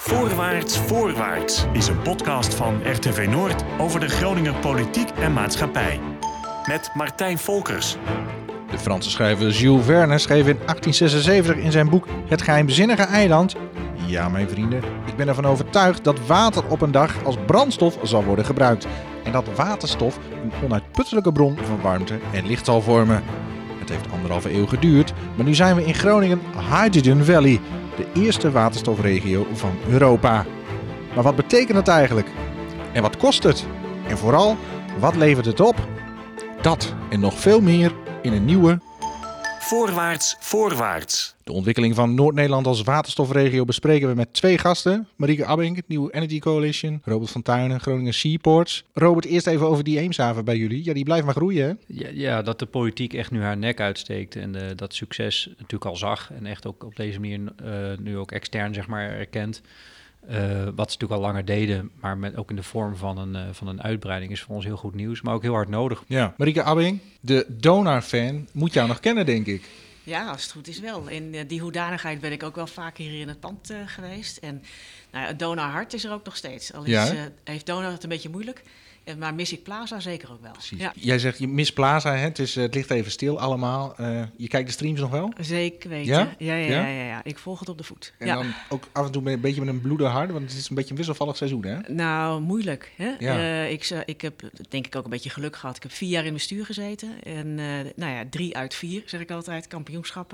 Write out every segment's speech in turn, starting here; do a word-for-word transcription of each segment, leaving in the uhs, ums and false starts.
Voorwaarts, voorwaarts is een podcast van R T V Noord over de Groninger politiek en maatschappij. Met Martijn Volkers. De Franse schrijver Jules Verne schreef in achttien zesenzeventig in zijn boek Het geheimzinnige eiland: ja, mijn vrienden, ik ben ervan overtuigd dat water op een dag als brandstof zal worden gebruikt. En dat waterstof een onuitputtelijke bron van warmte en licht zal vormen. Het heeft anderhalve eeuw geduurd, maar nu zijn we in Groningen Hydrogen Valley, de eerste waterstofregio van Europa. Maar wat betekent het eigenlijk? En wat kost het? En vooral, wat levert het op? Dat en nog veel meer in een nieuwe Voorwaarts, voorwaarts. De ontwikkeling van Noord-Nederland als waterstofregio bespreken we met twee gasten. Marieke Abbink, Nieuwe Energy Coalition. Robert van Tuinen, Groningen Seaports. Robert, eerst even over die Eemshaven bij jullie. Ja, die blijft maar groeien, hè? Ja, ja, dat de politiek echt nu haar nek uitsteekt en uh, dat succes natuurlijk al zag. En echt ook op deze manier uh, nu ook extern, zeg maar, erkent. Uh, wat ze natuurlijk al langer deden, maar met, ook in de vorm van een, uh, van een uitbreiding is voor ons heel goed nieuws, maar ook heel hard nodig. Ja, Marieke Abbing, de Donar-fan moet jou nog kennen, denk ik. Ja, als het goed is wel. In uh, die hoedanigheid ben ik ook wel vaak hier in het pand uh, geweest. En nou, het Donar hart is er ook nog steeds. Al is, Ja, uh, heeft Donar het een beetje moeilijk. Maar mis ik Plaza zeker ook wel. Precies. Ja. Jij zegt, je mist Plaza, hè? Het, is, het ligt even stil allemaal. Uh, je kijkt de streams nog wel? Zeker weten. Ja? Ja, ja, Ja? ja, ja, ja. Ik volg het op de voet. En ja. dan ook af en toe met een beetje met een bloedig hart, want het is een beetje een wisselvallig seizoen, hè? Nou, moeilijk. Hè? Ja. Uh, ik, ik heb denk ik ook een beetje geluk gehad. Ik heb vier jaar in bestuur gezeten. En uh, nou ja, drie uit vier, zeg ik altijd, kampioenschappen.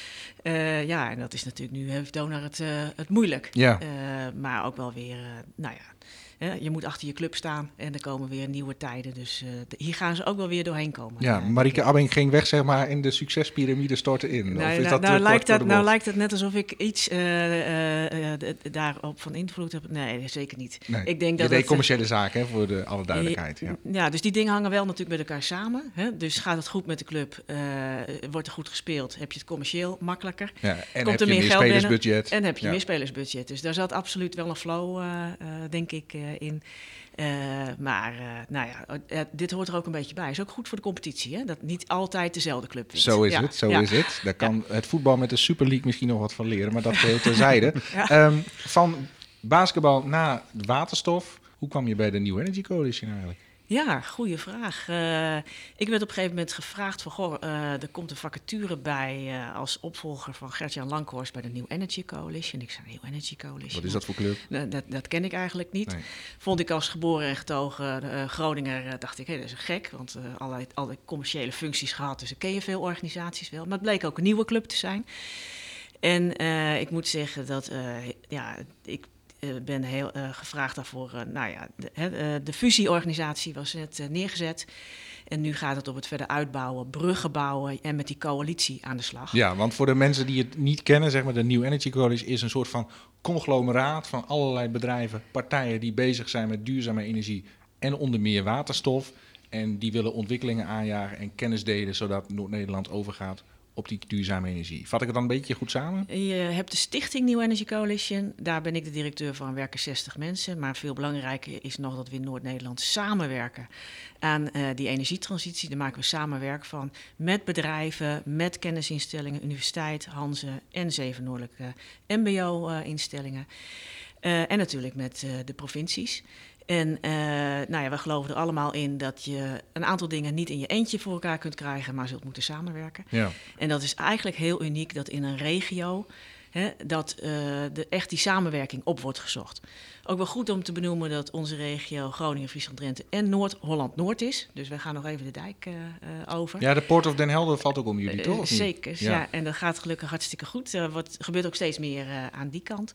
Uh, ja, en dat is natuurlijk nu, heeft Donar het, uh, het moeilijk. Ja. Uh, maar ook wel weer, uh, nou ja... He, je moet achter je club staan en er komen weer nieuwe tijden. Dus uh, de, hier gaan ze ook wel weer doorheen komen. Ja, uh, Marieke Abbing ging weg, zeg maar, in de succespyramide storten in. Nou, of is nou, dat nou, uh, lijkt kort dat, voor de nou bocht? lijkt het net alsof ik iets uh, uh, uh, daarop van invloed heb. Nee, zeker niet. Nee, ik denk je dat deed het, commerciële zaken, hè, voor de, alle duidelijkheid. Ja. Ja, dus die dingen hangen wel natuurlijk met elkaar samen. Hè? Dus gaat het goed met de club, uh, wordt er goed gespeeld, heb je het commercieel makkelijker. Ja, en Komt heb er je meer meer geld spelersbudget. En heb je ja. meer spelersbudget. Dus daar zat absoluut wel een flow, uh, uh, denk ik, uh, in. Uh, maar uh, nou ja, uh, dit hoort er ook een beetje bij. Is ook goed voor de competitie, hè? Dat niet altijd dezelfde club wint. Zo is ja. het, zo ja. is het. Daar kan ja. het voetbal met de Super League misschien nog wat van leren, maar dat geheel terzijde. ja. um, van basketbal naar waterstof, hoe kwam je bij de New Energy Coalition eigenlijk? Ja, goede vraag. Uh, ik werd op een gegeven moment gevraagd van, goh, uh, er komt een vacature bij uh, als opvolger van Gert-Jan Lankhorst bij de New Energy Coalition. Ik zei, New Energy Coalition? Wat is dat voor club? Nou, dat, dat ken ik eigenlijk niet. Nee. Vond ik als geboren en getogen uh, Groninger, uh, dacht ik, hé, hey, dat is gek, want uh, allerlei, allerlei commerciële functies gehad, dus ik ken je veel organisaties wel. Maar het bleek ook een nieuwe club te zijn. En uh, ik moet zeggen dat, uh, ja, ik Ik ben heel uh, gevraagd daarvoor. Uh, nou ja, de, uh, de fusieorganisatie was net uh, neergezet. En nu gaat het op het verder uitbouwen, bruggen bouwen en met die coalitie aan de slag. Ja, want voor de mensen die het niet kennen, zeg maar, de New Energy Coalition is een soort van conglomeraat van allerlei bedrijven, partijen die bezig zijn met duurzame energie en onder meer waterstof. En die willen ontwikkelingen aanjagen en kennis delen, zodat Noord-Nederland overgaat op die duurzame energie. Vat ik het dan een beetje goed samen? Je hebt de stichting New Energy Coalition. Daar ben ik de directeur van, werken zestig mensen. Maar veel belangrijker is nog dat we in Noord-Nederland samenwerken aan uh, die energietransitie. Daar maken we samenwerk van met bedrijven, met kennisinstellingen, universiteit, Hanze en zeven noordelijke M B O-instellingen. Uh, en natuurlijk met uh, de provincies. En uh, nou ja, we geloven er allemaal in dat je een aantal dingen niet in je eentje voor elkaar kunt krijgen, maar zult moeten samenwerken. Ja. En dat is eigenlijk heel uniek dat in een regio, hè, dat uh, de, echt die samenwerking op wordt gezocht. Ook wel goed om te benoemen dat onze regio Groningen, Friesland, Drenthe en Noord-Holland-Noord is. Dus wij gaan nog even de dijk uh, uh, over. Ja, de Port of Den Helder valt ook om jullie, toch? Uh, zeker, ja. ja. En dat gaat gelukkig hartstikke goed. Er uh, gebeurt ook steeds meer uh, aan die kant.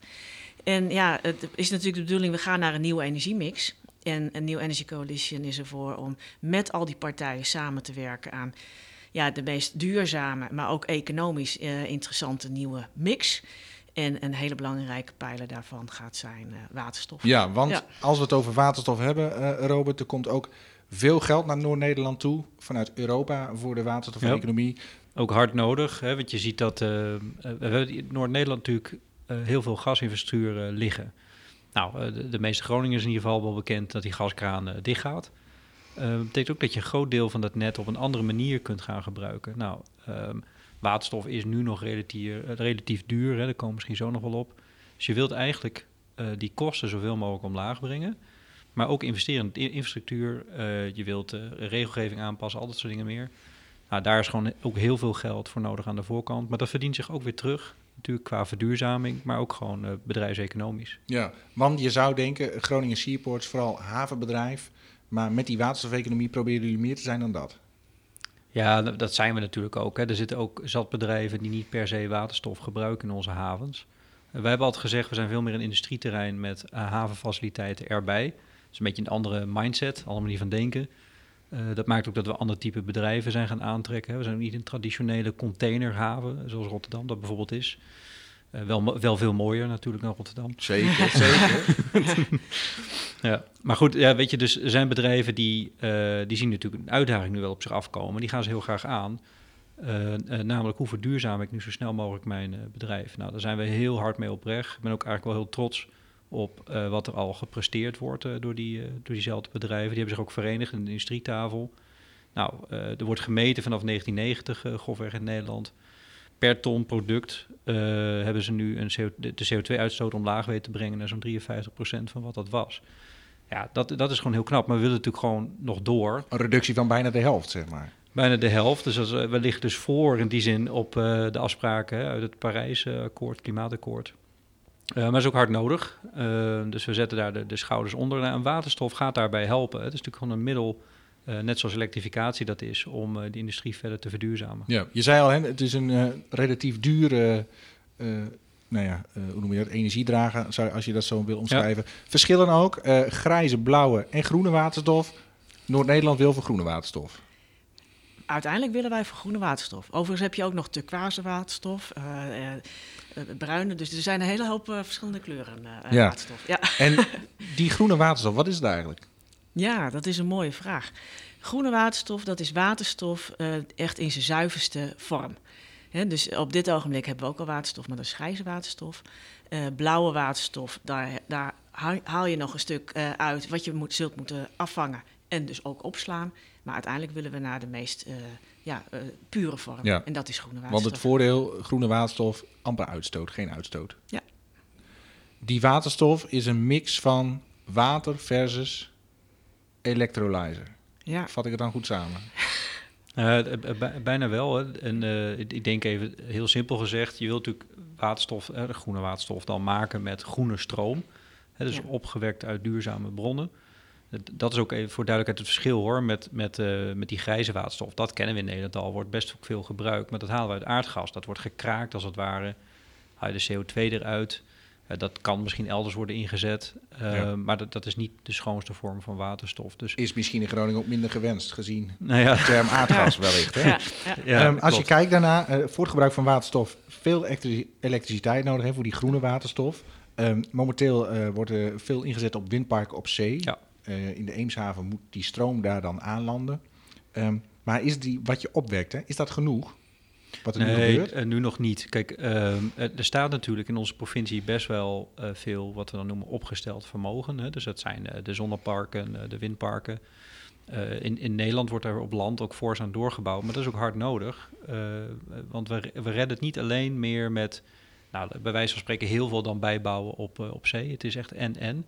En ja, het is natuurlijk de bedoeling, we gaan naar een nieuwe energiemix. En een New Energy Coalition is ervoor om met al die partijen samen te werken aan ja, de meest duurzame, maar ook economisch uh, interessante nieuwe mix. En een hele belangrijke pijler daarvan gaat zijn uh, waterstof. Ja, want ja. als we het over waterstof hebben, uh, Robert, er komt ook veel geld naar Noord-Nederland toe vanuit Europa voor de waterstof-economie. Ja, ook hard nodig, hè, want je ziet dat uh, we hebben in Noord-Nederland natuurlijk uh, heel veel gasinfrastructuur uh, liggen. Nou, uh, de, de meeste Groningers in ieder geval wel bekend dat die gaskraan uh, dichtgaat. Dat uh, betekent ook dat je een groot deel van dat net op een andere manier kunt gaan gebruiken. Nou, um, waterstof is nu nog relatief, uh, relatief duur, hè, daar komen we misschien zo nog wel op. Dus je wilt eigenlijk uh, die kosten zoveel mogelijk omlaag brengen. Maar ook investeren in infrastructuur. Uh, je wilt uh, regelgeving aanpassen, al dat soort dingen meer. Nou, daar is gewoon ook heel veel geld voor nodig aan de voorkant. Maar dat verdient zich ook weer terug. Natuurlijk qua verduurzaming, maar ook gewoon uh, bedrijfseconomisch. Ja, want je zou denken, Groningen Seaports, vooral havenbedrijf. Maar met die waterstofeconomie proberen jullie meer te zijn dan dat. Ja, dat zijn we natuurlijk ook. Hè. Er zitten ook zat bedrijven die niet per se waterstof gebruiken in onze havens. Uh, wij hebben altijd gezegd, we zijn veel meer een industrieterrein met uh, havenfaciliteiten erbij. Dat is een beetje een andere mindset, een andere manier van denken. Uh, dat maakt ook dat we ander type bedrijven zijn gaan aantrekken. Hè. We zijn niet een traditionele containerhaven, zoals Rotterdam dat bijvoorbeeld is. Uh, wel, wel veel mooier natuurlijk dan Rotterdam. Zeker, zeker. Ja, maar goed, ja, weet je, dus er zijn bedrijven die, uh, die zien natuurlijk een uitdaging nu wel op zich afkomen. Die gaan ze heel graag aan. Uh, uh, namelijk, hoe verduurzaam ik nu zo snel mogelijk mijn uh, bedrijf? Nou, daar zijn we heel hard mee op weg. Ik ben ook eigenlijk wel heel trots op uh, wat er al gepresteerd wordt uh, door, die, uh, door diezelfde bedrijven. Die hebben zich ook verenigd in de industrietafel. Nou, uh, er wordt gemeten vanaf negentien negentig, uh, grofweg in Nederland. Per ton product uh, hebben ze nu een C O, de C O twee uitstoot omlaag weten te brengen naar zo'n drieënvijftig procent van wat dat was. Ja, dat, dat is gewoon heel knap. Maar we willen natuurlijk gewoon nog door. Een reductie van bijna de helft, zeg maar. Bijna de helft. Dus als, uh, we liggen dus voor in die zin op uh, de afspraken hè, uit het Parijs-akkoord, klimaatakkoord. Uh, maar dat is ook hard nodig. Uh, dus we zetten daar de, de schouders onder. En waterstof gaat daarbij helpen. Het is natuurlijk gewoon een middel, uh, net zoals elektrificatie dat is, om uh, de industrie verder te verduurzamen. Ja, je zei al, hè, het is een uh, relatief dure, uh, nou ja, uh, hoe noem je dat, energiedrager, zou, als je dat zo wil omschrijven. Ja. Verschillen ook, uh, grijze, blauwe en groene waterstof. Noord-Nederland wil voor groene waterstof. Uiteindelijk willen wij voor groene waterstof. Overigens heb je ook nog turquoise waterstof, uh, uh, uh, bruine. Dus er zijn een hele hoop uh, verschillende kleuren uh, ja. waterstof. Ja. En die groene waterstof, wat is het eigenlijk? Ja, dat is een mooie vraag. Groene waterstof, dat is waterstof uh, echt in zijn zuiverste vorm. He, dus op dit ogenblik hebben we ook al waterstof, maar dat is grijze waterstof. Uh, blauwe waterstof, daar, daar haal je nog een stuk uh, uit wat je moet, zult moeten afvangen en dus ook opslaan. Maar uiteindelijk willen we naar de meest uh, ja, uh, pure vorm. Ja. En dat is groene waterstof. Want het voordeel, groene waterstof, amper uitstoot, geen uitstoot. Ja. Die waterstof is een mix van water versus elektrolyzer. Ja. Vat ik het dan goed samen? Uh, bijna wel. Hè. En, uh, ik denk even heel simpel gezegd, je wilt natuurlijk waterstof, uh, de groene waterstof dan maken met groene stroom. Hè, dus ja. opgewekt uit duurzame bronnen. Dat is ook even voor duidelijkheid het verschil hoor, met, met, uh, met die grijze waterstof. Dat kennen we in Nederland al, wordt best ook veel gebruikt. Maar dat halen we uit aardgas. Dat wordt gekraakt als het ware. Haal je de C O twee eruit. Uh, dat kan misschien elders worden ingezet. Uh, ja. Maar dat, dat is niet de schoonste vorm van waterstof. Dus is misschien in Groningen ook minder gewenst, gezien nou ja. de term aardgas ja. wellicht. Hè? Ja. Ja. Ja, um, als je kijkt daarna, uh, voor het gebruik van waterstof, veel elektriciteit nodig hè, voor die groene waterstof. Um, momenteel uh, wordt er veel ingezet op windparken op zee. Ja. Uh, in de Eemshaven moet die stroom daar dan aanlanden. Um, maar is die wat je opwekt, hè, is dat genoeg? Wat er nee, nu gebeurt? Uh, nu nog niet. Kijk, uh, er staat natuurlijk in onze provincie best wel uh, veel wat we dan noemen opgesteld vermogen. Hè. Dus dat zijn uh, de zonneparken, uh, de windparken. Uh, in, in Nederland wordt er op land ook fors aan doorgebouwd. Maar dat is ook hard nodig. Uh, want we, we redden het niet alleen meer met, nou, bij wijze van spreken, heel veel dan bijbouwen op, uh, op zee. Het is echt en-en.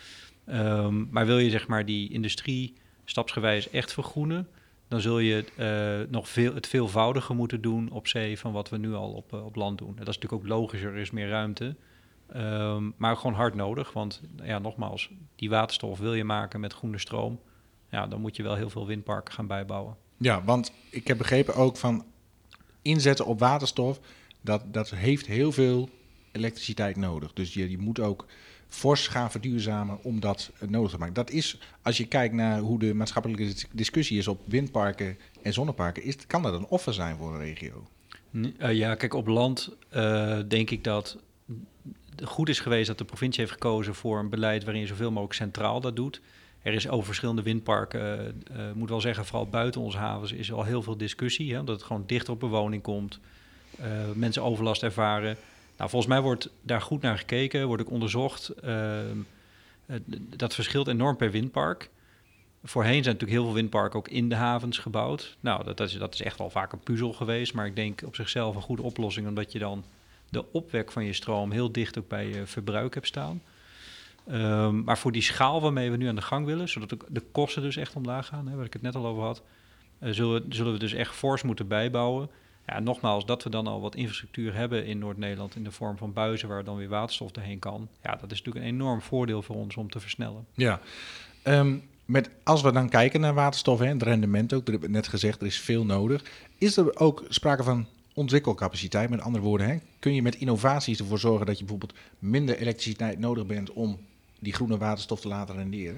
Um, maar wil je zeg maar die industrie stapsgewijs echt vergroenen, dan zul je uh, nog veel, het veelvoudiger moeten doen op zee van wat we nu al op, uh, op land doen. En dat is natuurlijk ook logischer, er is meer ruimte. Um, maar gewoon hard nodig, want ja, nogmaals, die waterstof wil je maken met groene stroom. Ja, dan moet je wel heel veel windparken gaan bijbouwen. Ja, want ik heb begrepen ook van inzetten op waterstof, dat, dat heeft heel veel elektriciteit nodig. Dus je, je moet ook fors gaan verduurzamen om dat uh, nodig te maken. Dat is, als je kijkt naar hoe de maatschappelijke discussie is op windparken en zonneparken, is, kan dat een offer zijn voor een regio? Uh, ja, kijk, op land uh, denk ik dat het goed is geweest dat de provincie heeft gekozen voor een beleid waarin je zoveel mogelijk centraal dat doet. Er is over verschillende windparken, uh, uh, moet wel zeggen, vooral buiten onze havens is al heel veel discussie, hè, omdat het gewoon dichter op bewoning komt, uh, mensen overlast ervaren. Nou, volgens mij wordt daar goed naar gekeken, wordt ook onderzocht. Uh, uh, dat verschilt enorm per windpark. Voorheen zijn natuurlijk heel veel windparken ook in de havens gebouwd. Nou, dat, dat, is, dat is echt wel vaak een puzzel geweest, maar ik denk op zichzelf een goede oplossing, omdat je dan de opwek van je stroom heel dicht ook bij je verbruik hebt staan. Um, maar voor die schaal waarmee we nu aan de gang willen, zodat de, de kosten dus echt omlaag gaan, hè, waar ik het net al over had, uh, zullen, we, zullen we dus echt fors moeten bijbouwen. Ja, nogmaals, dat we dan al wat infrastructuur hebben in Noord-Nederland in de vorm van buizen waar dan weer waterstof doorheen kan. Ja, dat is natuurlijk een enorm voordeel voor ons om te versnellen. Ja, um, met, als we dan kijken naar waterstof en het rendement ook, dat heb ik net gezegd, er is veel nodig. Is er ook sprake van ontwikkelcapaciteit? Met andere woorden, hè? Kun je met innovaties ervoor zorgen dat je bijvoorbeeld minder elektriciteit nodig bent om die groene waterstof te laten renderen?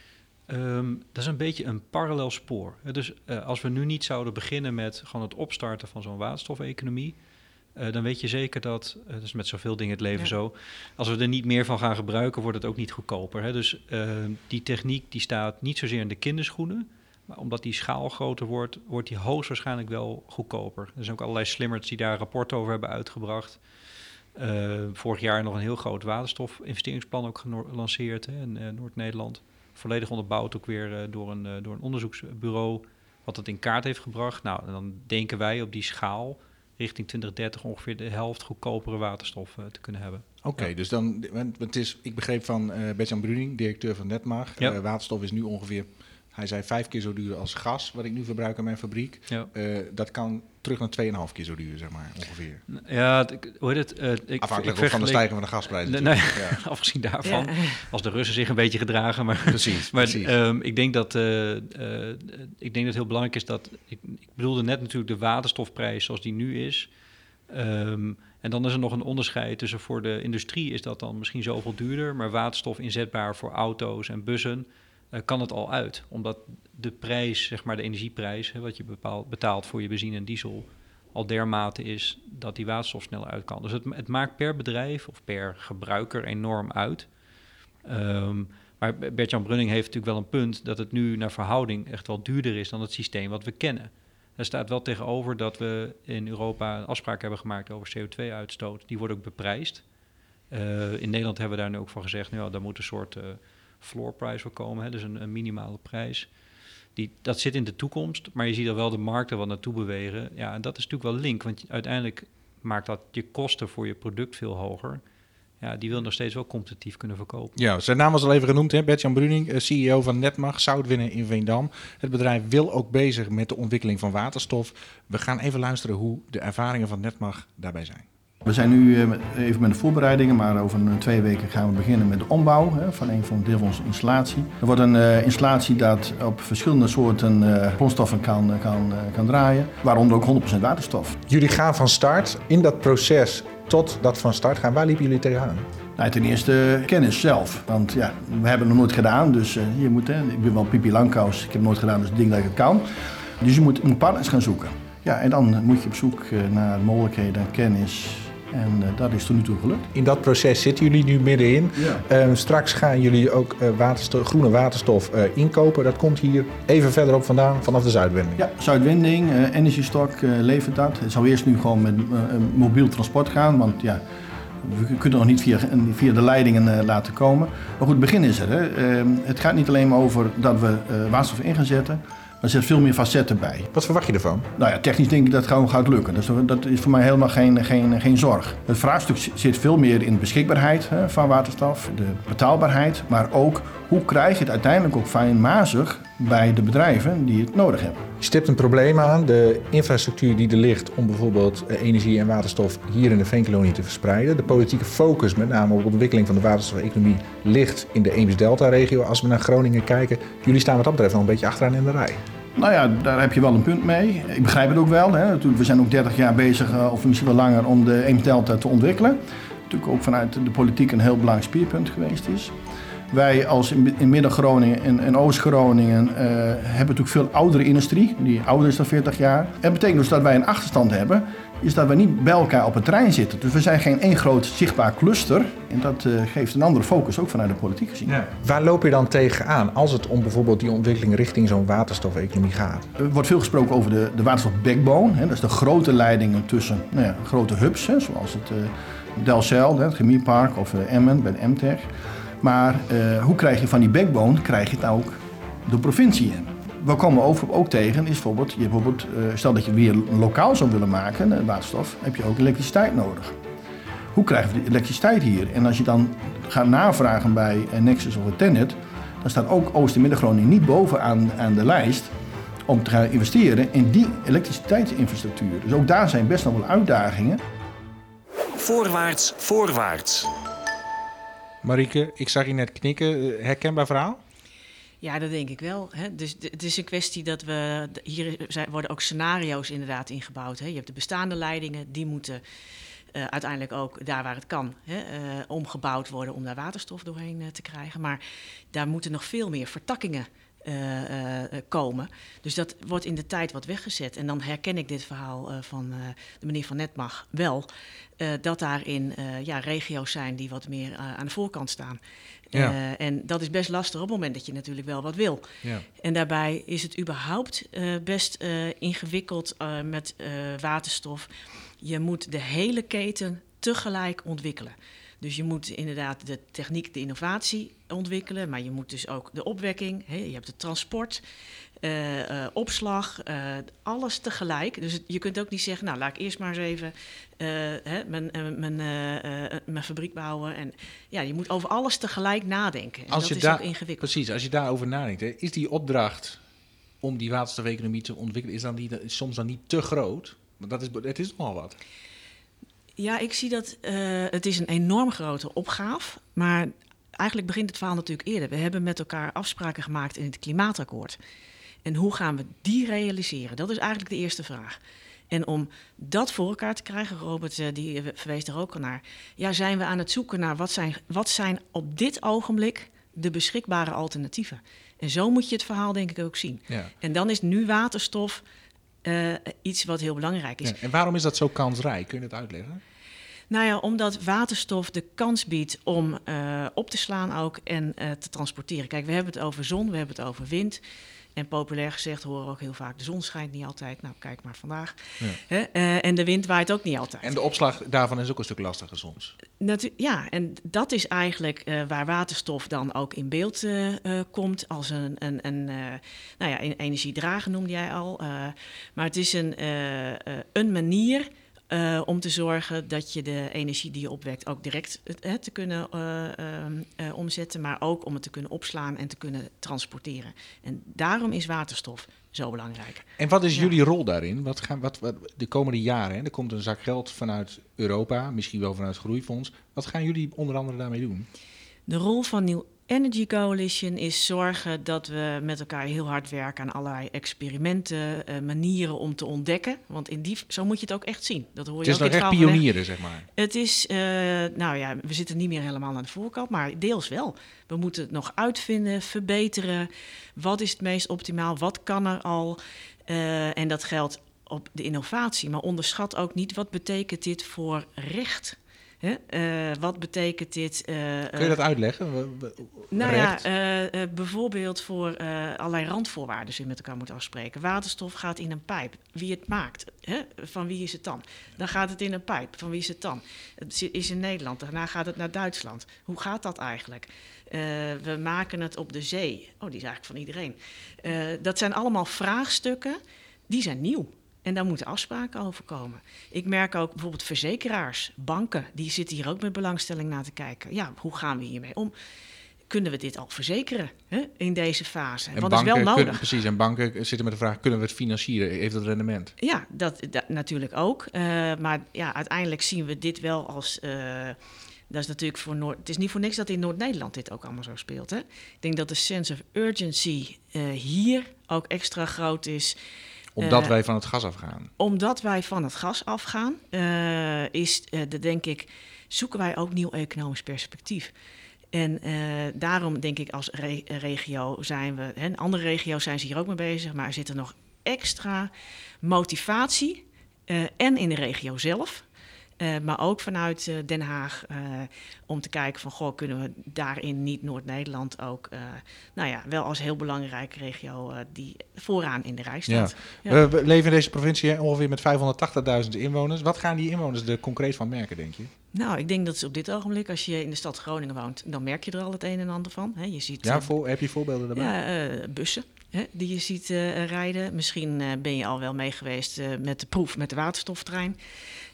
Um, dat is een beetje een parallel spoor. Dus uh, als we nu niet zouden beginnen met gewoon het opstarten van zo'n waterstofeconomie, uh, dan weet je zeker dat, uh, dat is met zoveel dingen het leven ja. zo, als we er niet meer van gaan gebruiken, wordt het ook niet goedkoper. Hè? Dus uh, die techniek die staat niet zozeer in de kinderschoenen, maar omdat die schaal groter wordt, wordt die hoogstwaarschijnlijk wel goedkoper. Er zijn ook allerlei slimmers die daar rapporten over hebben uitgebracht. Uh, vorig jaar nog een heel groot waterstofinvesteringsplan ook gelanceerd hè, in uh, Noord-Nederland. Volledig onderbouwd ook weer uh, door, een, uh, door een onderzoeksbureau wat het in kaart heeft gebracht. Nou, en dan denken wij op die schaal richting twintig dertig ongeveer de helft goedkopere waterstof uh, te kunnen hebben. Oké, okay, ja. dus dan, want het is, ik begreep van uh, Bert-Jan Bruning, directeur van Netmag. Ja. Uh, waterstof is nu ongeveer, hij zei vijf keer zo duur als gas, wat ik nu verbruik in mijn fabriek. Ja. Uh, dat kan terug naar twee en een half keer zo duur, zeg maar, ongeveer. Ja, het, hoe heet het? Uh, ik, Afhankelijk ik van de stijging van de gasprijs. Nee, nee, ja. Afgezien daarvan, ja. als de Russen zich een beetje gedragen. Maar, precies, maar precies. Um, ik denk dat uh, uh, ik denk dat het heel belangrijk is dat, ik, ik bedoelde net natuurlijk de waterstofprijs zoals die nu is. Um, en dan is er nog een onderscheid tussen voor de industrie is dat dan misschien zoveel duurder, maar waterstof inzetbaar voor auto's en bussen uh, kan het al uit. Omdat de prijs, zeg maar de energieprijs, hè, wat je bepaalt, betaalt voor je benzine en diesel, al dermate is dat die waterstof sneller uit kan. Dus het, het maakt per bedrijf of per gebruiker enorm uit. Um, maar Bert-Jan Brunning heeft natuurlijk wel een punt dat het nu naar verhouding echt wel duurder is dan het systeem wat we kennen. Er staat wel tegenover dat we in Europa afspraken hebben gemaakt over C O twee uitstoot. Die wordt ook beprijsd. Uh, in Nederland hebben we daar nu ook van gezegd, nou ja, daar moet een soort uh, floor price voor komen, hè, dus een, een minimale prijs. Die, dat zit in de toekomst, maar je ziet er wel de markten wat naartoe bewegen. Ja, en dat is natuurlijk wel link, want je, uiteindelijk maakt dat je kosten voor je product veel hoger. Ja, die wil nog steeds wel competitief kunnen verkopen. Ja, zijn naam was al even genoemd, hè? Bert-Jan Bruning, C E O van Netmag, zoutwinnen in Veendam. Het bedrijf wil ook bezig met de ontwikkeling van waterstof. We gaan even luisteren hoe de ervaringen van Netmag daarbij zijn. We zijn nu even met de voorbereidingen, maar over een twee weken gaan we beginnen met de ombouw hè, van een van deel van onze installatie. Er wordt een uh, installatie dat op verschillende soorten uh, grondstoffen kan, kan, uh, kan draaien, waaronder ook honderd procent waterstof. Jullie gaan van start. In dat proces tot dat van start gaan, waar liepen jullie tegenaan? Nou, ten eerste kennis zelf, want ja, we hebben het nog nooit gedaan, dus uh, je moet, hè, ik ben wel Pipi Langkous, ik heb het nooit gedaan, dus ik denk dat ik het kan. Dus je moet, moet partners gaan zoeken. Ja, en dan moet je op zoek uh, naar mogelijkheden en kennis. En uh, dat is tot nu toe gelukt. In dat proces zitten jullie nu middenin. Ja. Uh, straks gaan jullie ook uh, waterstof, groene waterstof uh, inkopen. Dat komt hier even verderop vandaan, vanaf de Zuidwinding. Ja, Zuidwinding, uh, Energiestok uh, levert dat. Het zou eerst nu gewoon met uh, mobiel transport gaan, want ja, we kunnen nog niet via, via de leidingen uh, laten komen. Maar goed, het begin is er. Hè. Uh, het gaat niet alleen maar over dat we uh, waterstof in gaan zetten. Er zit veel meer facetten bij. Wat verwacht je ervan? Nou ja, technisch denk ik dat het gewoon gaat lukken. Dus dat is voor mij helemaal geen, geen, geen zorg. Het vraagstuk zit veel meer in de beschikbaarheid hè, van waterstof, de betaalbaarheid, maar ook hoe krijg je het uiteindelijk ook fijnmazig bij de bedrijven die het nodig hebben. Je stipt een probleem aan, de infrastructuur die er ligt om bijvoorbeeld energie en waterstof hier in de Veenkolonie te verspreiden. De politieke focus met name op de ontwikkeling van de waterstofeconomie ligt in de Eems-Delta-regio. Als we naar Groningen kijken, jullie staan wat dat betreft nog een beetje achteraan in de rij. Nou ja, daar heb je wel een punt mee. Ik begrijp het ook wel. Hè. Natuurlijk, we zijn ook dertig jaar bezig, of misschien wel langer, om de Eems-Delta te ontwikkelen. Natuurlijk ook vanuit de politiek een heel belangrijk spierpunt geweest is. Wij als in, in Midden-Groningen en, en Oost-Groningen uh, hebben natuurlijk veel oudere industrie, die ouder is dan veertig jaar. En dat betekent dus dat wij een achterstand hebben, is dat we niet bij elkaar op het terrein zitten. Dus we zijn geen één groot zichtbaar cluster. En dat uh, geeft een andere focus, ook vanuit de politiek gezien. Ja. Waar loop je dan tegenaan als het om bijvoorbeeld die ontwikkeling richting zo'n waterstofeconomie gaat? Er wordt veel gesproken over de, de waterstof backbone. Hè. Dat is de grote leidingen tussen nou ja, grote hubs, hè, zoals het uh, Delfzijl, het chemiepark of uh, Emmen bij de M T E C. Maar uh, hoe krijg je van die backbone, krijg je het ook de provincie in? We komen over, ook tegen, is bijvoorbeeld, je bijvoorbeeld uh, stel dat je het weer lokaal zou willen maken, waterstof, heb je ook elektriciteit nodig. Hoe krijgen we de elektriciteit hier? En als je dan gaat navragen bij Nexus of Tennet, dan staat ook Oost- en Midden-Groningen niet bovenaan aan de lijst om te gaan investeren in die elektriciteitsinfrastructuur. Dus ook daar zijn best nog wel uitdagingen. Voorwaarts, voorwaarts. Marieke, ik zag je net knikken. Herkenbaar verhaal? Ja, dat denk ik wel. Hè. Dus het is een kwestie dat we... Hier zijn, worden ook scenario's inderdaad ingebouwd. Hè. Je hebt de bestaande leidingen, die moeten uh, uiteindelijk ook daar waar het kan... Hè, uh, omgebouwd worden om daar waterstof doorheen uh, te krijgen. Maar daar moeten nog veel meer vertakkingen uh, uh, komen. Dus dat wordt in de tijd wat weggezet. En dan herken ik dit verhaal uh, van uh, de meneer Van Netmag wel... Uh, dat daarin uh, ja, regio's zijn die wat meer uh, aan de voorkant staan. Ja. Uh, en dat is best lastig op het moment dat je natuurlijk wel wat wil. Ja. En daarbij is het überhaupt uh, best uh, ingewikkeld uh, met uh, waterstof. Je moet de hele keten tegelijk ontwikkelen. Dus je moet inderdaad de techniek, de innovatie ontwikkelen... maar je moet dus ook de opwekking, hè, je hebt het transport... Uh, uh, opslag, uh, alles tegelijk. Dus het, je kunt ook niet zeggen, nou laat ik eerst maar eens even uh, hè, mijn, uh, mijn, uh, uh, mijn fabriek bouwen. En, ja, je moet over alles tegelijk nadenken. En als dat je is daar, ook ingewikkeld. Precies, als je daarover nadenkt, hè, is die opdracht om die waterstofeconomie te ontwikkelen, is dan niet, is soms dan niet te groot? Want dat is, het is nogal wat. Ja, ik zie dat uh, het is een enorm grote opgave, maar eigenlijk begint het verhaal natuurlijk eerder. We hebben met elkaar afspraken gemaakt in het klimaatakkoord. En hoe gaan we die realiseren? Dat is eigenlijk de eerste vraag. En om dat voor elkaar te krijgen, Robert uh, die verwees er ook al naar... ja, zijn we aan het zoeken naar wat zijn, wat zijn op dit ogenblik de beschikbare alternatieven. En zo moet je het verhaal denk ik ook zien. Ja. En dan is nu waterstof uh, iets wat heel belangrijk is. Ja, en waarom is dat zo kansrijk? Kun je dat uitleggen? Nou ja, omdat waterstof de kans biedt om uh, op te slaan ook en uh, te transporteren. Kijk, we hebben het over zon, we hebben het over wind... En populair gezegd horen we ook heel vaak, de zon schijnt niet altijd. Nou, kijk maar vandaag. Ja. He, uh, en de wind waait ook niet altijd. En de opslag daarvan is ook een stuk lastiger soms. Natu- ja, en dat is eigenlijk uh, waar waterstof dan ook in beeld uh, uh, komt. Als een, een, een uh, nou ja, een energiedrager noemde jij al. Uh, maar het is een, uh, uh, een manier... Uh, om te zorgen dat je de energie die je opwekt ook direct uh, te kunnen uh, uh, uh, omzetten, maar ook om het te kunnen opslaan en te kunnen transporteren. En daarom is waterstof zo belangrijk. En wat is ja. jullie rol daarin? Wat gaan, wat, wat, de komende jaren, hè? Er komt een zak geld vanuit Europa, misschien wel vanuit het Groeifonds. Wat gaan jullie onder andere daarmee doen? De rol van New Energy Coalition is zorgen dat we met elkaar heel hard werken aan allerlei experimenten, uh, manieren om te ontdekken. Want in die, zo moet je het ook echt zien. Dat hoor je het is ook nog echt pionieren, zeg maar. Het is, uh, nou ja, we zitten niet meer helemaal aan de voorkant, maar deels wel. We moeten het nog uitvinden, verbeteren. Wat is het meest optimaal? Wat kan er al? Uh, en dat geldt op de innovatie. Maar onderschat ook niet, wat betekent dit voor recht? Huh? Uh, wat betekent dit? Uh, Kun je dat uitleggen? We, we, nou recht? ja, uh, uh, bijvoorbeeld voor uh, allerlei randvoorwaarden die je met elkaar moet afspreken. Waterstof gaat in een pijp. Wie het maakt, hè? Van wie is het dan? Dan gaat het in een pijp. Van wie is het dan? Het is in Nederland. Daarna gaat het naar Duitsland. Hoe gaat dat eigenlijk? Uh, we maken het op de zee. Oh, die is eigenlijk van iedereen. Uh, dat zijn allemaal vraagstukken. Die zijn nieuw. En daar moeten afspraken over komen. Ik merk ook bijvoorbeeld verzekeraars, banken, die zitten hier ook met belangstelling naar te kijken. Ja, hoe gaan we hiermee om? Kunnen we dit al verzekeren hè, in deze fase? En Wat banken is wel nodig? Kunnen, precies, en banken zitten met de vraag, kunnen we het financieren? Heeft dat rendement? Ja, dat, dat natuurlijk ook. Uh, maar ja, uiteindelijk zien we dit wel als... Uh, dat is natuurlijk voor Noord. Het is niet voor niks dat in Noord-Nederland dit ook allemaal zo speelt. Hè? Ik denk dat de sense of urgency uh, hier ook extra groot is. Omdat uh, wij van het gas afgaan. Omdat wij van het gas afgaan, uh, is, uh, de, denk ik, zoeken wij ook nieuw economisch perspectief. En uh, daarom denk ik als re- regio zijn we... Hè, andere regio's zijn ze hier ook mee bezig, maar er zit er nog extra motivatie. Uh, en in de regio zelf. Uh, maar ook vanuit uh, Den Haag uh, om te kijken van... goh, kunnen we daarin niet Noord-Nederland ook... Uh, nou ja, wel als heel belangrijke regio uh, die vooraan in de rij staat. Ja. Ja. We leven in deze provincie hè, ongeveer met vijfhonderdtachtigduizend inwoners. Wat gaan die inwoners er concreet van merken, denk je? Nou, ik denk dat ze op dit ogenblik, als je in de stad Groningen woont... dan merk je er al het een en ander van. He, je ziet, ja, voor, heb je voorbeelden daarbij? Ja, uh, bussen. Hè, die je ziet uh, rijden. Misschien uh, ben je al wel mee geweest uh, met de proef met de waterstoftrein.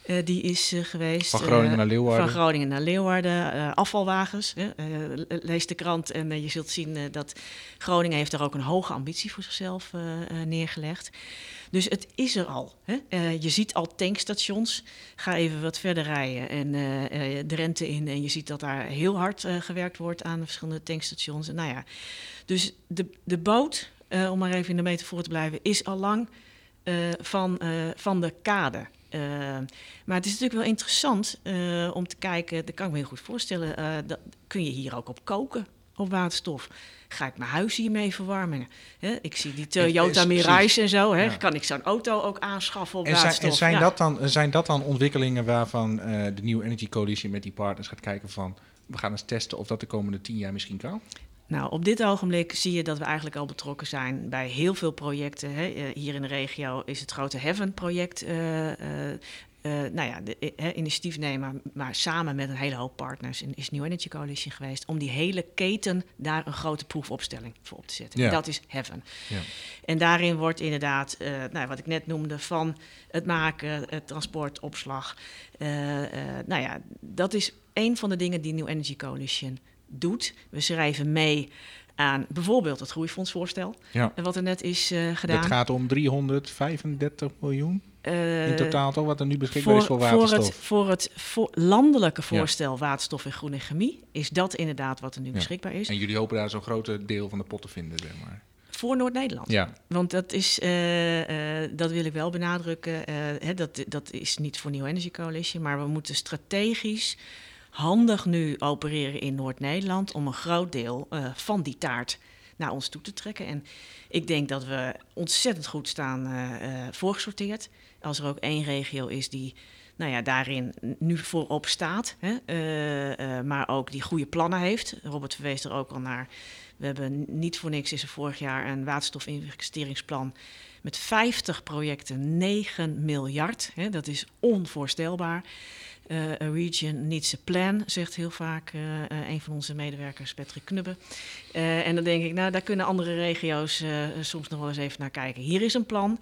Uh, die is uh, geweest. Van Groningen uh, naar Leeuwarden. Van Groningen naar Leeuwarden. Uh, afvalwagens. Uh, uh, lees de krant en uh, je zult zien uh, dat Groningen heeft daar ook een hoge ambitie voor zichzelf uh, uh, neergelegd. Dus het is er al. Hè? Uh, je ziet al tankstations. Ga even wat verder rijden en uh, uh, de Drenthe in. En je ziet dat daar heel hard uh, gewerkt wordt aan verschillende tankstations. En nou ja, dus de, de boot, uh, om maar even in de metafoor te blijven, is al lang uh, van, uh, van de kade. Uh, maar het is natuurlijk wel interessant uh, om te kijken, dat kan ik me heel goed voorstellen, uh, dat, kun je hier ook op koken, op waterstof? Ga ik mijn huis hiermee verwarmen? He, ik zie die Toyota Mirai en zo. He. Ja. Kan ik zo'n auto ook aanschaffen op en waterstof? Zijn, en zijn, ja. dat dan, zijn dat dan ontwikkelingen waarvan uh, de New Energy Coalition met die partners gaat kijken van, we gaan eens testen of dat de komende tien jaar misschien kan? Nou, op dit ogenblik zie je dat we eigenlijk al betrokken zijn bij heel veel projecten. Hè. Hier in de regio is het grote Heaven-project, uh, uh, uh, nou ja, de uh, initiatiefnemer, maar samen met een hele hoop partners is New Energy Coalition geweest om die hele keten daar een grote proefopstelling voor op te zetten. Ja. Dat is Heaven. Ja. En daarin wordt inderdaad, uh, nou, wat ik net noemde, van het maken, het transport, opslag. Uh, uh, nou ja, dat is een van de dingen die New Energy Coalition doet. We schrijven mee aan bijvoorbeeld het groeifondsvoorstel, ja. wat er net is uh, gedaan. Het gaat om driehonderdvijfendertig miljoen uh, in totaal, toch, wat er nu beschikbaar voor, is voor waterstof. Voor het, voor het voor landelijke voorstel ja. waterstof en groene chemie is dat inderdaad wat er nu ja. beschikbaar is. En jullie hopen daar zo'n groot deel van de pot te vinden, zeg maar. Voor Noord-Nederland. Ja. Want dat is, uh, uh, dat wil ik wel benadrukken, uh, hè, dat, dat is niet voor New Energy Coalition, maar we moeten strategisch handig nu opereren in Noord-Nederland om een groot deel uh, van die taart naar ons toe te trekken. En ik denk dat we ontzettend goed staan uh, uh, voorgesorteerd. Als er ook één regio is die nou ja, daarin nu voorop staat, hè, uh, uh, maar ook die goede plannen heeft. Robert verwees er ook al naar. We hebben niet voor niks is er vorig jaar een waterstofinvesteringsplan met vijftig projecten, negen miljard. Hè, dat is onvoorstelbaar. Uh, a region needs a plan, zegt heel vaak uh, uh, een van onze medewerkers, Patrick Knubbe. Uh, en dan denk ik, nou, daar kunnen andere regio's uh, soms nog wel eens even naar kijken. Hier is een plan.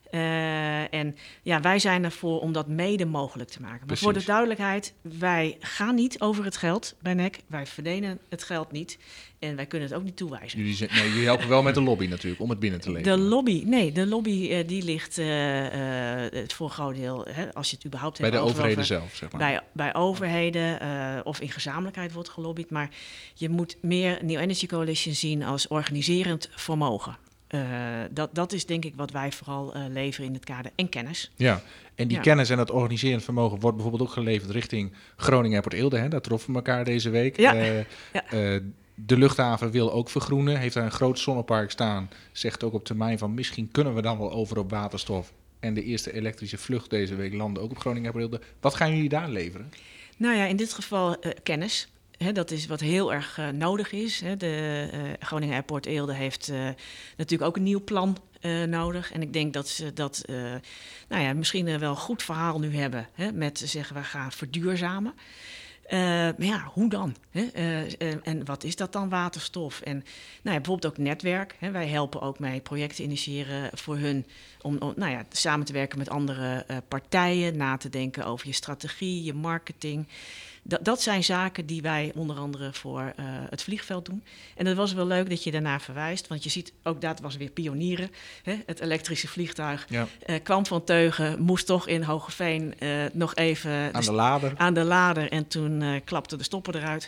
Uh, en ja, wij zijn ervoor om dat mede mogelijk te maken. Maar Precies. voor de duidelijkheid, wij gaan niet over het geld bij N E C. Wij verdienen het geld niet. En wij kunnen het ook niet toewijzen. Jullie, z- nee, jullie helpen wel met de lobby natuurlijk, om het binnen te leveren. De lobby, nee, de lobby uh, die ligt uh, uh, voor een groot deel, hè, als je het überhaupt bij hebt de over, overheden over, zelf, zeg maar. Bij, bij overheden uh, of in gezamenlijkheid wordt gelobbyd. Maar je moet meer New Energy Coalition zien als organiserend vermogen. Uh, dat, dat is denk ik wat wij vooral uh, leveren in het kader en kennis. Ja, en die ja. kennis en dat organiserend vermogen wordt bijvoorbeeld ook geleverd richting Groningen Airport Eelde. Hè? Daar troffen we elkaar deze week. Ja. Uh, ja. Uh, de luchthaven wil ook vergroenen, heeft daar een groot zonnepark staan. Zegt ook op termijn van misschien kunnen we dan wel over op waterstof. En de eerste elektrische vlucht deze week landde ook op Groningen Airport Eelde. Wat gaan jullie daar leveren? Nou ja, in dit geval uh, kennis. He, dat is wat heel erg uh, nodig is. He, de uh, Groningen Airport Eelde heeft uh, natuurlijk ook een nieuw plan uh, nodig. En ik denk dat ze dat uh, nou ja, misschien uh, wel een goed verhaal nu hebben. He, met te zeggen, we gaan verduurzamen. Uh, maar ja, hoe dan? Hè? Uh, uh, en wat is dat dan, waterstof? En nou ja, bijvoorbeeld ook netwerk. Hè? Wij helpen ook mee projecten initiëren voor hun om, om nou ja, samen te werken met andere uh, partijen, na te denken over je strategie, je marketing. Dat, dat zijn zaken die wij onder andere voor uh, het vliegveld doen. En dat was wel leuk dat je daarna verwijst, want je ziet, ook dat was weer pionieren. Hè? Het elektrische vliegtuig ja. uh, kwam van Teugen, moest toch in Hoogeveen uh, nog even aan de, de lader. Aan de lader en toen uh, klapte de stopper eruit.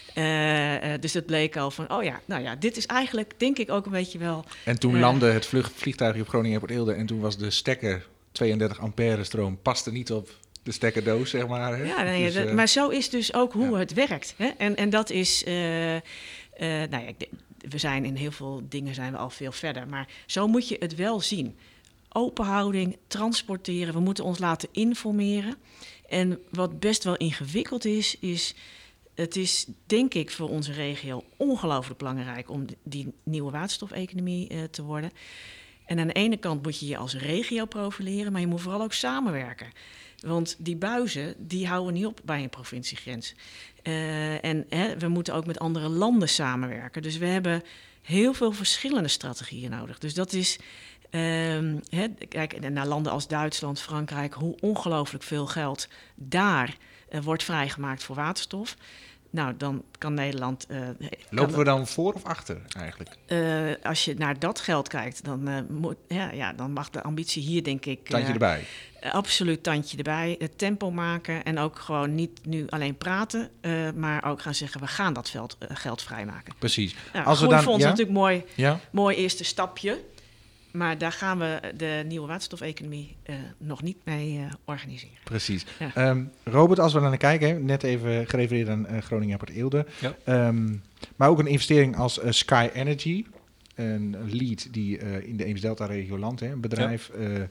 Uh, uh, dus het bleek al van, oh ja, nou ja, dit is eigenlijk, denk ik ook een beetje wel... En toen uh, landde het vlug, vliegtuigje op Groningen Airport Eelde en toen was de stekker, tweeëndertig ampère stroom, paste niet op de stekkerdoos, zeg maar. Hè? Ja, nee, dus, dat, uh, maar zo is dus ook hoe ja. het werkt. Hè? En, en dat is, uh, uh, nou ja, we zijn in heel veel dingen zijn we al veel verder, maar zo moet je het wel zien. Openhouding, transporteren, we moeten ons laten informeren. En wat best wel ingewikkeld is, is... Het is, denk ik, voor onze regio ongelooflijk belangrijk om die nieuwe waterstofeconomie uh, te worden. En aan de ene kant moet je je als regio profileren, maar je moet vooral ook samenwerken. Want die buizen, die houden niet op bij een provinciegrens. Uh, en hè, we moeten ook met andere landen samenwerken. Dus we hebben heel veel verschillende strategieën nodig. Dus dat is Um, he, kijk, naar landen als Duitsland, Frankrijk, hoe ongelooflijk veel geld daar uh, wordt vrijgemaakt voor waterstof. Nou, dan kan Nederland... Uh, Lopen kan, we dan voor of achter eigenlijk? Uh, als je naar dat geld kijkt, dan, uh, moet, ja, ja, dan mag de ambitie hier, denk ik... Tandje uh, erbij. Uh, absoluut tandje erbij. Het tempo maken en ook gewoon niet nu alleen praten... Uh, maar ook gaan zeggen, we gaan dat veld, uh, geld vrijmaken. Precies. Nou, als we dan, Groeifonds ja? is natuurlijk mooi, ja? mooi eerste stapje... Maar daar gaan we de nieuwe waterstofeconomie uh, nog niet mee uh, organiseren. Precies. Ja. Um, Robert, als we dan naar kijken, hè, net even gerefereerd aan uh, Groningen Airport Eelde. Ja. Um, maar ook een investering als uh, Sky Energy, een lead die uh, in de Eems-Delta-regio landt, hè, een bedrijf. Ja. Uh,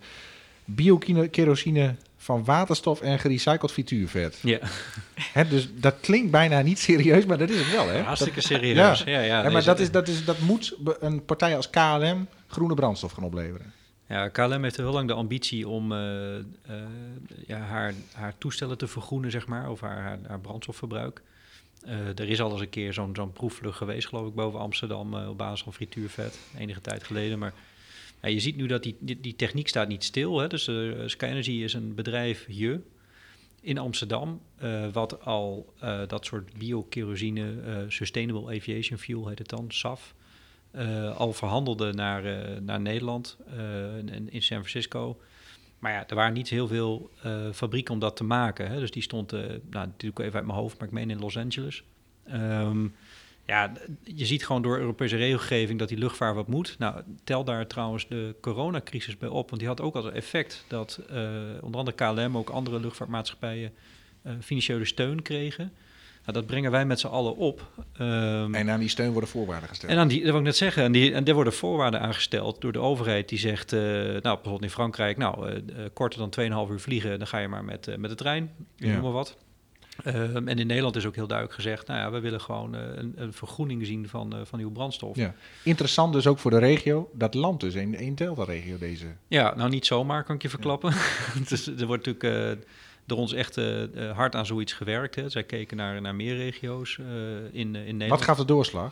Biokerosine van waterstof en gerecycled frituurvet. Ja. Hè, dus dat klinkt bijna niet serieus, maar dat is het wel, hè? Hartstikke dat, serieus. Ja, ja, ja, ja maar dat, is, dat, is, dat moet een partij als K L M groene brandstof gaan opleveren. Ja, K L M heeft heel lang de ambitie om uh, uh, ja, haar, haar toestellen te vergroenen, zeg maar, of haar, haar, haar brandstofverbruik. Uh, er is al eens een keer zo'n, zo'n proefvlucht geweest, geloof ik, boven Amsterdam uh, op basis van frituurvet, enige tijd geleden, maar... Ja, je ziet nu dat die, die, die techniek staat niet stil. Hè? Dus uh, Sky Energy is een bedrijfje in Amsterdam... Uh, wat al uh, dat soort biokerosine, uh, Sustainable Aviation Fuel heet het dan, S A F... Uh, al verhandelde naar, uh, naar Nederland uh, en in San Francisco. Maar ja, er waren niet heel veel uh, fabrieken om dat te maken. Hè? Dus die stond, uh, nou, natuurlijk even uit mijn hoofd, maar ik meen in Los Angeles... Um, Ja, je ziet gewoon door Europese regelgeving dat die luchtvaart wat moet. Nou, tel daar trouwens de coronacrisis bij op. Want die had ook als effect dat uh, onder andere K L M... ook andere luchtvaartmaatschappijen uh, financiële steun kregen. Nou, dat brengen wij met z'n allen op. Um, en aan die steun worden voorwaarden gesteld. En aan die, dat wil ik net zeggen. En, die, en daar worden voorwaarden aangesteld door de overheid. Die zegt, uh, nou, bijvoorbeeld in Frankrijk... nou, uh, uh, korter dan twee komma vijf uur vliegen... dan ga je maar met, uh, met de trein, ja. noem maar wat... Uh, en in Nederland is ook heel duidelijk gezegd... nou ja, we willen gewoon uh, een, een vergroening zien van, uh, van uw brandstof. Ja. Interessant dus ook voor de regio. Dat land dus in een Delta-regio deze... Ja, nou niet zomaar, kan ik je verklappen. Ja. Dus, er wordt natuurlijk uh, door ons echt uh, hard aan zoiets gewerkt. Hè. Zij keken naar, naar meer regio's uh, in, uh, in Nederland. Wat gaf de doorslag?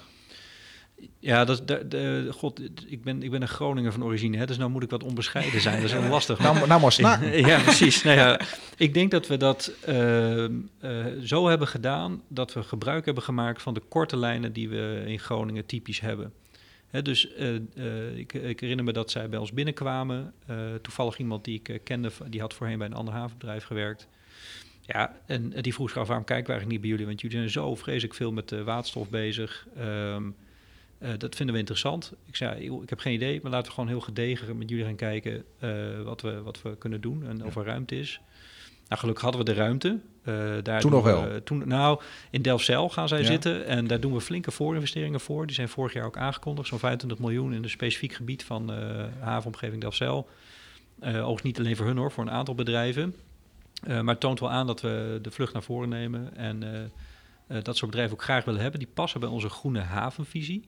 Ja, dat, de, de, god, ik ben, ik ben een Groninger van origine, hè, dus nou moet ik wat onbescheiden zijn. Dat is heel lastig. nou, nou maar snakken. Ja, precies. Nou ja, ik denk dat we dat uh, uh, zo hebben gedaan dat we gebruik hebben gemaakt van de korte lijnen die we in Groningen typisch hebben. Hè, dus uh, uh, ik, ik herinner me dat zij bij ons binnenkwamen. Uh, toevallig iemand die ik uh, kende, die had voorheen bij een ander havenbedrijf gewerkt. Ja, en uh, die vroeg zich af, waarom kijken we eigenlijk niet bij jullie? Want jullie zijn zo vreselijk veel met uh, waterstof bezig. Um, Uh, dat vinden we interessant. Ik zei, ik heb geen idee, maar laten we gewoon heel gedegen met jullie gaan kijken uh, wat, we, wat we kunnen doen en ja. of er ruimte is. Nou, gelukkig hadden we de ruimte. Uh, daar toen nog we, wel? Uh, toen, nou, in Delfzijl gaan zij ja. zitten en daar doen we flinke voorinvesteringen voor. Die zijn vorig jaar ook aangekondigd, zo'n vijfentwintig miljoen in een specifiek gebied van uh, havenomgeving Delfzijl. Uh, overigens niet alleen voor hun hoor, voor een aantal bedrijven. Uh, maar het toont wel aan dat we de vlucht naar voren nemen en uh, uh, dat soort bedrijven ook graag willen hebben. Die passen bij onze groene havenvisie.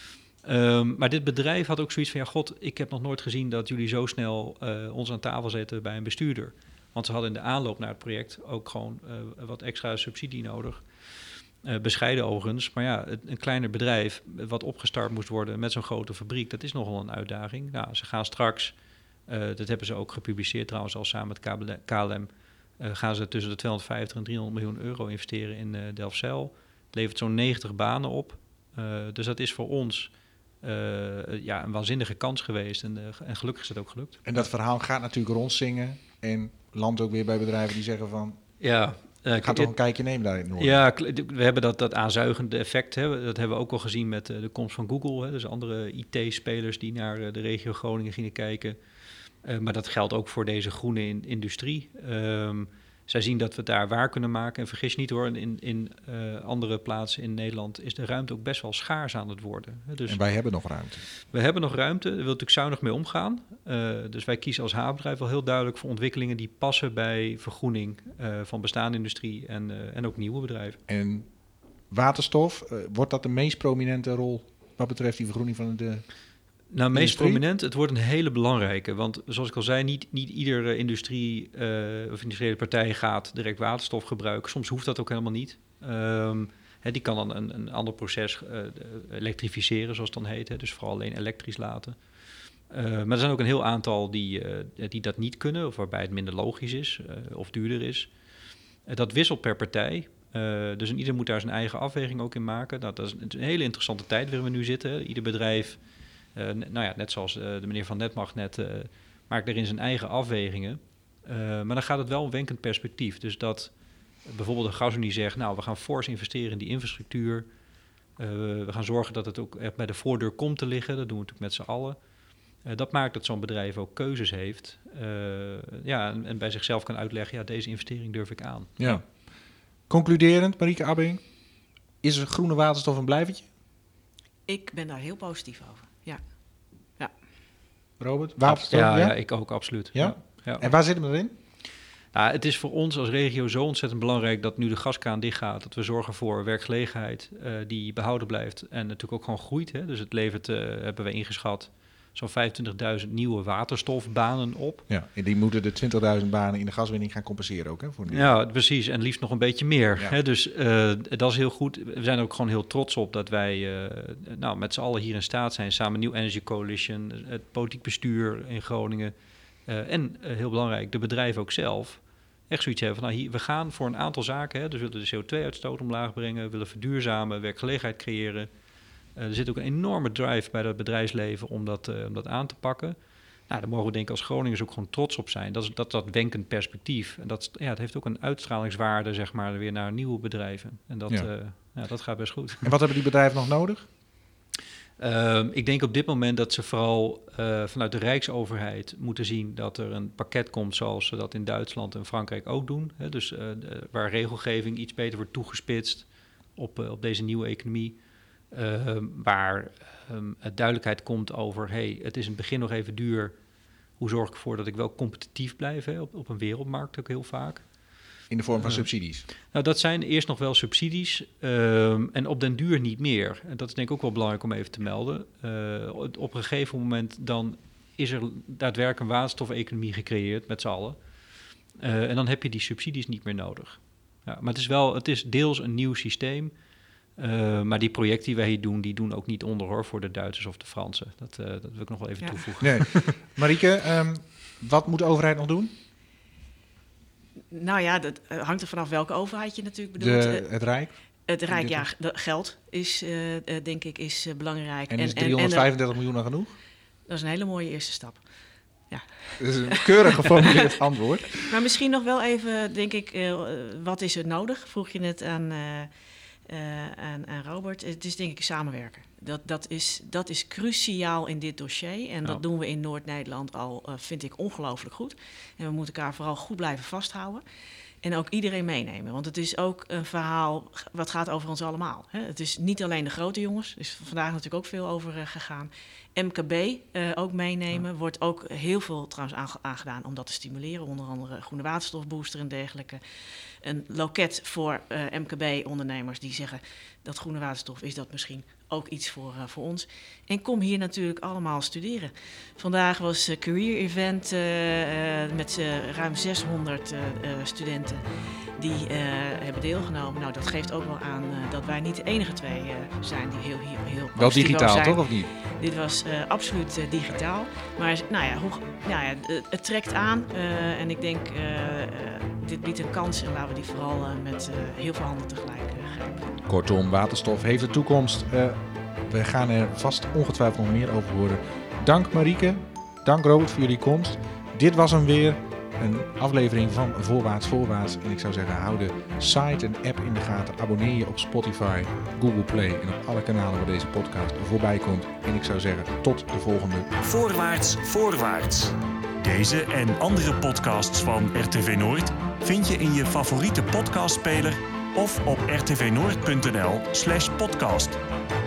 Um, maar dit bedrijf had ook zoiets van... ja, god, ik heb nog nooit gezien dat jullie zo snel uh, ons aan tafel zetten bij een bestuurder. Want ze hadden in de aanloop naar het project ook gewoon uh, wat extra subsidie nodig. Uh, bescheiden overigens, maar ja, een kleiner bedrijf... wat opgestart moest worden met zo'n grote fabriek... dat is nogal een uitdaging. Nou, ze gaan straks, uh, dat hebben ze ook gepubliceerd trouwens... al samen met K L M... Uh, gaan ze tussen de tweehonderdvijftig en driehonderd miljoen euro investeren in uh, Delfzijl. Het levert zo'n negentig banen op. Uh, dus dat is voor ons... Uh, ja, een waanzinnige kans geweest en, uh, en gelukkig is het ook gelukt. En dat verhaal gaat natuurlijk rondzingen en landt ook weer bij bedrijven die zeggen van... Ja, uh, ga toch een kijkje nemen daar in het noorden. Ja, we hebben dat, dat aanzuigende effect. Hè. Dat hebben we ook al gezien met uh, de komst van Google. Hè. Dus andere I T-spelers die naar uh, de regio Groningen gingen kijken. Uh, maar dat geldt ook voor deze groene in, industrie. Um, Zij zien dat we het daar waar kunnen maken. En vergis niet hoor, in, in uh, andere plaatsen in Nederland is de ruimte ook best wel schaars aan het worden. Dus en wij hebben nog ruimte. We hebben nog ruimte, daar wil natuurlijk zuinig mee omgaan. Uh, dus wij kiezen als havenbedrijf wel heel duidelijk voor ontwikkelingen die passen bij vergroening uh, van bestaande industrie en, uh, en ook nieuwe bedrijven. En waterstof, uh, wordt dat de meest prominente rol wat betreft die vergroening van de... Nou, meest industrie? prominent, het wordt een hele belangrijke. Want zoals ik al zei, niet, niet iedere industrie uh, of industriële partij gaat direct waterstof gebruiken. Soms hoeft dat ook helemaal niet. Um, hè, die kan dan een, een ander proces uh, elektrificeren, zoals het dan heet. Hè, dus vooral alleen elektrisch laten. Uh, maar er zijn ook een heel aantal die, uh, die dat niet kunnen, of waarbij het minder logisch is uh, of duurder is. Uh, dat wisselt per partij. Uh, dus een ieder moet daar zijn eigen afweging ook in maken. Nou, dat is een hele interessante tijd waarin we nu zitten. Ieder bedrijf, uh, n- nou ja, net zoals uh, de meneer Van Netmacht net, uh, maakt daarin zijn eigen afwegingen. Uh, maar dan gaat het wel een wenkend perspectief. Dus dat bijvoorbeeld de GasUnie zegt, nou, we gaan fors investeren in die infrastructuur. Uh, we gaan zorgen dat het ook echt bij de voordeur komt te liggen. Dat doen we natuurlijk met z'n allen. Uh, dat maakt dat zo'n bedrijf ook keuzes heeft. Uh, ja, en, en bij zichzelf kan uitleggen, ja, deze investering durf ik aan. Ja. Concluderend, Marieke Abbing, is er groene waterstof een blijvertje? Ik ben daar heel positief over, ja. ja. Robert, waterstof? Ja, ja? ja, ik ook, absoluut. Ja? Ja, ja. En waar zit hem erin? Nou, het is voor ons als regio zo ontzettend belangrijk dat nu de gaskraan dichtgaat, dat we zorgen voor werkgelegenheid uh, die behouden blijft en natuurlijk ook gewoon groeit. Hè. Dus het levert, uh, hebben we ingeschat, zo'n vijfentwintigduizend nieuwe waterstofbanen op. Ja, en die moeten de twintigduizend banen in de gaswinning gaan compenseren ook, hè? Voor nu. Ja, precies. En liefst nog een beetje meer. Ja. Hè? Dus uh, dat is heel goed. We zijn er ook gewoon heel trots op dat wij uh, nou, met z'n allen hier in staat zijn, samen New Energy Coalition, het politiek bestuur in Groningen uh, en uh, heel belangrijk, de bedrijven ook zelf, echt zoiets hebben van, nou, hier, we gaan voor een aantal zaken, hè, dus we willen de C O twee uitstoot omlaag brengen, we willen verduurzamen, werkgelegenheid creëren. Uh, er zit ook een enorme drive bij het bedrijfsleven om dat, uh, om dat aan te pakken. Nou, daar mogen we denk ik als Groningers ook gewoon trots op zijn. Dat is dat, dat wenkend perspectief. En dat, ja, het heeft ook een uitstralingswaarde, zeg maar, weer naar nieuwe bedrijven. En dat, Ja. uh, ja, dat gaat best goed. En wat hebben die bedrijven nog nodig? Uh, ik denk op dit moment dat ze vooral uh, vanuit de Rijksoverheid moeten zien dat er een pakket komt zoals ze dat in Duitsland en Frankrijk ook doen. Hè? Dus uh, de, waar regelgeving iets beter wordt toegespitst op, uh, op deze nieuwe economie. Uh, waar um, duidelijkheid komt over, hey, het is in het begin nog even duur. Hoe zorg ik ervoor dat ik wel competitief blijf, hè? Op, op een wereldmarkt ook heel vaak. In de vorm van Uh, subsidies? Nou, dat zijn eerst nog wel subsidies um, en op den duur niet meer. En dat is denk ik ook wel belangrijk om even te melden. Uh, op een gegeven moment dan is er daadwerkelijk een waterstofeconomie gecreëerd met z'n allen. Uh, en dan heb je die subsidies niet meer nodig. Ja, maar het is wel, het is deels een nieuw systeem. Uh, maar die projecten die wij hier doen, die doen ook niet onder hoor voor de Duitsers of de Fransen. Dat, uh, dat wil ik nog wel even Ja. toevoegen. Nee. Marieke, um, wat moet de overheid nog doen? Nou ja, dat uh, hangt er vanaf welke overheid je natuurlijk bedoelt. De, Uh, het Rijk? het Rijk, dit ja, is- de, geld is, uh, uh, denk ik, is uh, belangrijk. En is en, driehonderdvijfendertig miljoen dan genoeg? dat is een hele mooie eerste stap. Dat is een keurig geformuleerd antwoord. Maar misschien nog wel even, denk ik, uh, wat is er nodig? Vroeg je net aan, uh, uh, aan, aan Robert. Het is denk ik samenwerken. Dat, dat, is, dat is cruciaal in dit dossier. En Ja. dat doen we in Noord-Nederland al, uh, vind ik, ongelooflijk goed. En we moeten elkaar vooral goed blijven vasthouden. En ook iedereen meenemen. Want het is ook een verhaal wat gaat over ons allemaal. Hè? Het is niet alleen de grote jongens. Er is vandaag natuurlijk ook veel over uh, gegaan. M K B uh, ook meenemen. Ja. Wordt ook heel veel trouwens aange- aangedaan om dat te stimuleren. Onder andere groene waterstofbooster en dergelijke. Een loket voor uh, M K B-ondernemers die zeggen dat groene waterstof is dat misschien ook iets voor, uh, voor ons. En kom hier natuurlijk allemaal studeren. Vandaag was een career event uh, uh, met uh, ruim zeshonderd uh, uh, studenten die uh, hebben deelgenomen. Nou, dat geeft ook wel aan uh, dat wij niet de enige twee uh, zijn die heel, heel, heel Wel positief digitaal, zijn. toch? Of niet? Dit was uh, absoluut uh, digitaal. Maar nou ja, hoe, nou ja, het, het trekt aan. Uh, en ik denk, uh, uh, dit biedt een kans. En laten we die vooral uh, met uh, heel veel handen tegelijk uh, grijpen. Kortom, waterstof heeft de toekomst. Uh, we gaan er vast ongetwijfeld nog meer over horen. Dank Marieke, dank Robert voor jullie komst. Dit was hem weer, een aflevering van Voorwaarts Voorwaarts. En ik zou zeggen, hou de site en app in de gaten. Abonneer je op Spotify, Google Play en op alle kanalen waar deze podcast voorbij komt. En ik zou zeggen, tot de volgende. Voorwaarts, voorwaarts. Deze en andere podcasts van R T V Noord vind je in je favoriete podcastspeler of op r t v noord punt n l slash podcast.